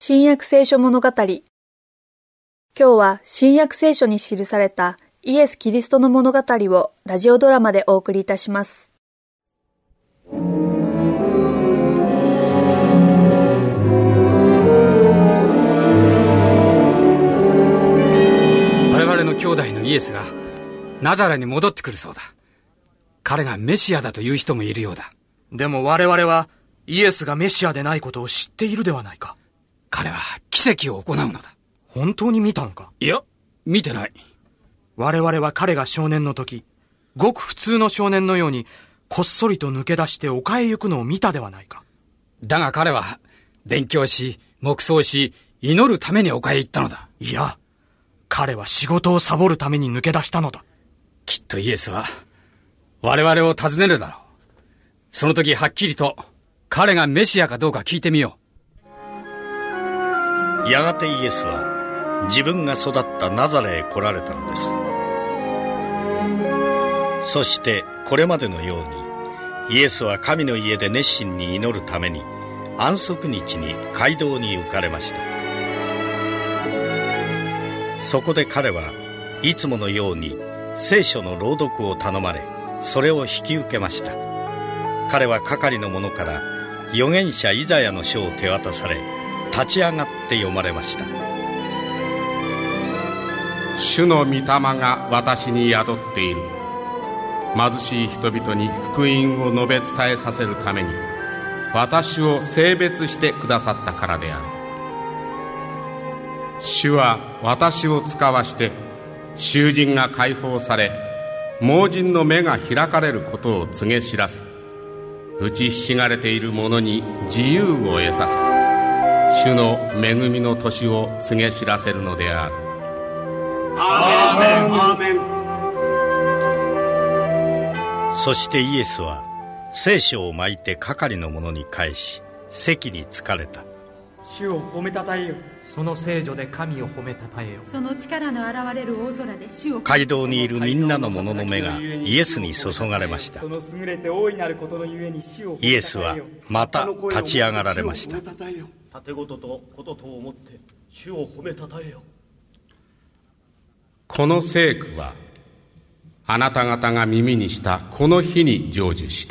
新約聖書物語。今日は新約聖書に記されたイエス・キリストの物語をラジオドラマでお送りいたします。 我々の兄弟のイエスがナザレに戻ってくるそうだ。彼がメシアだという人もいるようだ。 でも我々はイエスがメシアでないことを知っているではないか。 彼は奇跡を行うのだ。 本当に見たのか？ いや、見てない。 我々は彼が少年の時、ごく普通の少年のようにこっそりと抜け出して丘へ行くのを見たではないか。 だが彼は勉強し、黙想し、祈るために丘へ行ったのだ。 いや、彼は仕事をサボるために抜け出したのだ。 きっとイエスは我々を訪ねるだろう。その時はっきりと彼がメシアかどうか聞いてみよう。 やがてイエスは自分が育ったナザレへ来られたのです。そしてこれまでのようにイエスは神の家で熱心に祈るために安息日に街道に行かれました。そこで彼はいつものように聖書の朗読を頼まれ、それを引き受けました。彼は係の者から預言者イザヤの書を手渡され、立ち上がって読まれました。 主の御霊が私に宿っている。貧しい人々に福音を述べ伝えさせるために私を聖別してくださったからである。主は私を使わして囚人が解放され、盲人の目が開かれることを告げ知らせ、打ちひしがれている者に自由を得させ、主の恵みの年を告げ知らせるのである。 アーメン、アーメン。そしてイエスは聖書を巻いて係の者に返し、席に着かれた。 主を褒めたたえよ。 その聖女で神を褒めたたえよ。 その力の現れる大空で主を。 街道にいるみんなの者の目がイエスに注がれました。 その優れて大いなることのゆえに主を褒めたたえよ。 イエスはまた立ち上がられました。 盾事とこととをもって主を褒めたたえよ。 この聖句はあなた方が耳にしたこの日に成就した。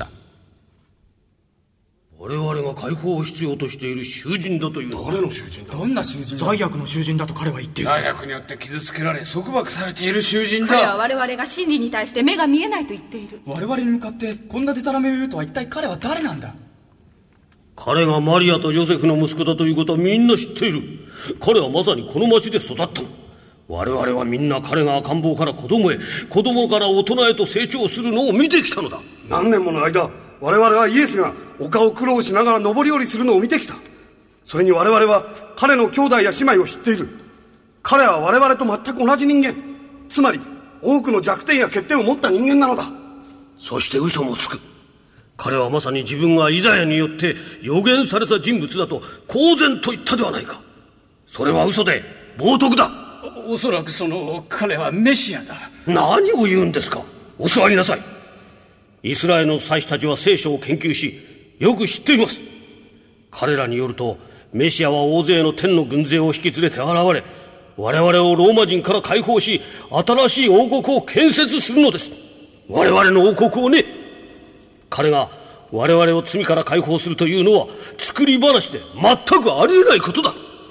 我々が解放を必要としている囚人だというのは。 誰の囚人だ？ どんな囚人だ？罪悪の囚人だと彼は言っている。 罪悪によって傷つけられ束縛されている囚人だ。 彼は我々が真理に対して目が見えないと言っている。 我々に向かってこんなデタラメを言うとは一体彼は誰なんだ？ 彼がマリアとヨセフの息子だということはみんな知っている。彼はまさにこの町で育ったの。我々はみんな彼が赤ん坊から子供へ、子供から大人へと成長するのを見てきたのだ。 何年もの間、我々はイエスが丘を苦労しながら上り下りするのを見てきた。それに我々は彼の兄弟や姉妹を知っている。彼は我々と全く同じ人間、つまり多くの弱点や欠点を持った人間なのだ。 そして嘘もつく。彼はまさに自分がイザヤによって予言された人物だと公然と言ったではないか。それは嘘で冒涜だ。 おそらく彼はメシアだ。 何を言うんですか。お座りなさい。イスラエルの祭司たちは聖書を研究しよく知っています。彼らによるとメシアは大勢の天の軍勢を引き連れて現れ、我々をローマ人から解放し新しい王国を建設するのです。我々の王国をね。彼が我々を罪から解放するというのは作り話で全くありえないことだ。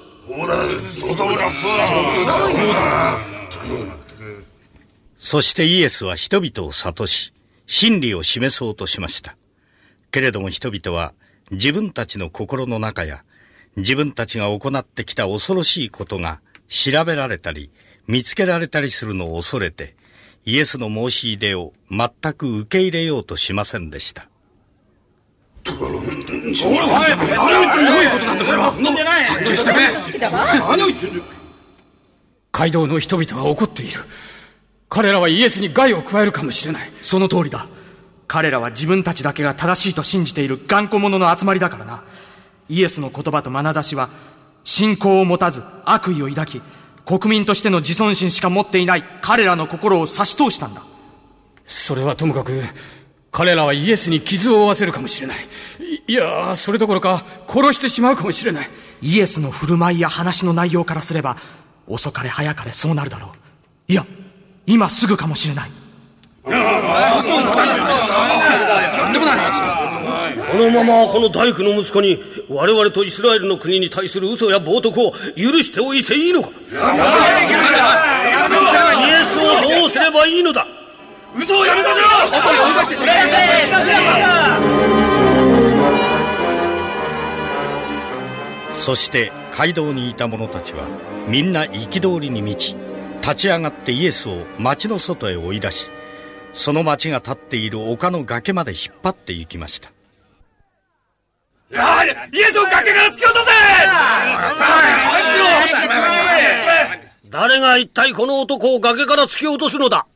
そしてイエスは人々を諭し、真理を示そうとしました。けれども人々は自分たちの心の中や自分たちが行ってきた恐ろしいことが調べられたり見つけられたりするのを恐れて、イエスの申し入れを全く受け入れようとしませんでした。 どういうことなんだこれは。はっきりしてね。何を言ってんだ。 街道の人々は怒っている。彼らはイエスに害を加えるかもしれない。 その通りだ。彼らは自分たちだけが正しいと信じている頑固者の集まりだからな。イエスの言葉と眼差しは信仰を持たず悪意を抱き、国民としての自尊心しか持っていない彼らの心を差し通したんだ。 それはともかく彼らはイエスに傷を負わせるかもしれない。いや、それどころか殺してしまうかもしれない。 イエスの振る舞いや話の内容からすれば、遅かれ早かれそうなるだろう。いや、今すぐかもしれない。 このままこの大工の息子に我々とイスラエルの国に対する嘘や冒涜を許しておいていいのか。イエスをどうすればいいのだ。 嘘をやめさせろ。 そして街道にいた者たちはみんな憤りに満ち、立ち上がってイエスを町の外へ追い出し、その町が立っている丘の崖まで引っ張って行きました。 イエスを崖から突き落とせ。 誰が一体この男を崖から突き落とすのだ。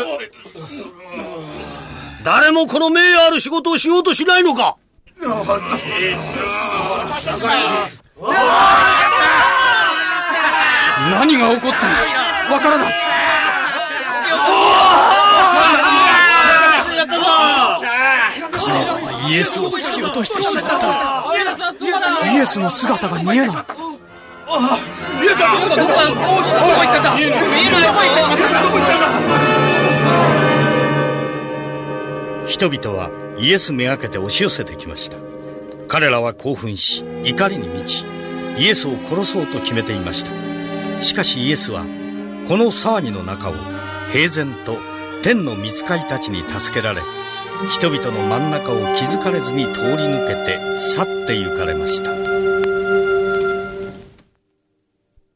誰もこの名誉ある仕事をしようとしないのか。 何が起こったのかわからない。彼らはイエスを突き落としてしまった。 イエスの姿が見えない。 イエスはどこ行ったんだ。 人々はイエスめがけて押し寄せてきました。彼らは興奮し、怒りに満ち、イエスを殺そうと決めていました。しかしイエスはこの騒ぎの中を平然と天の御使いたちに助けられ、人々の真ん中を気づかれずに通り抜けて去って行かれました。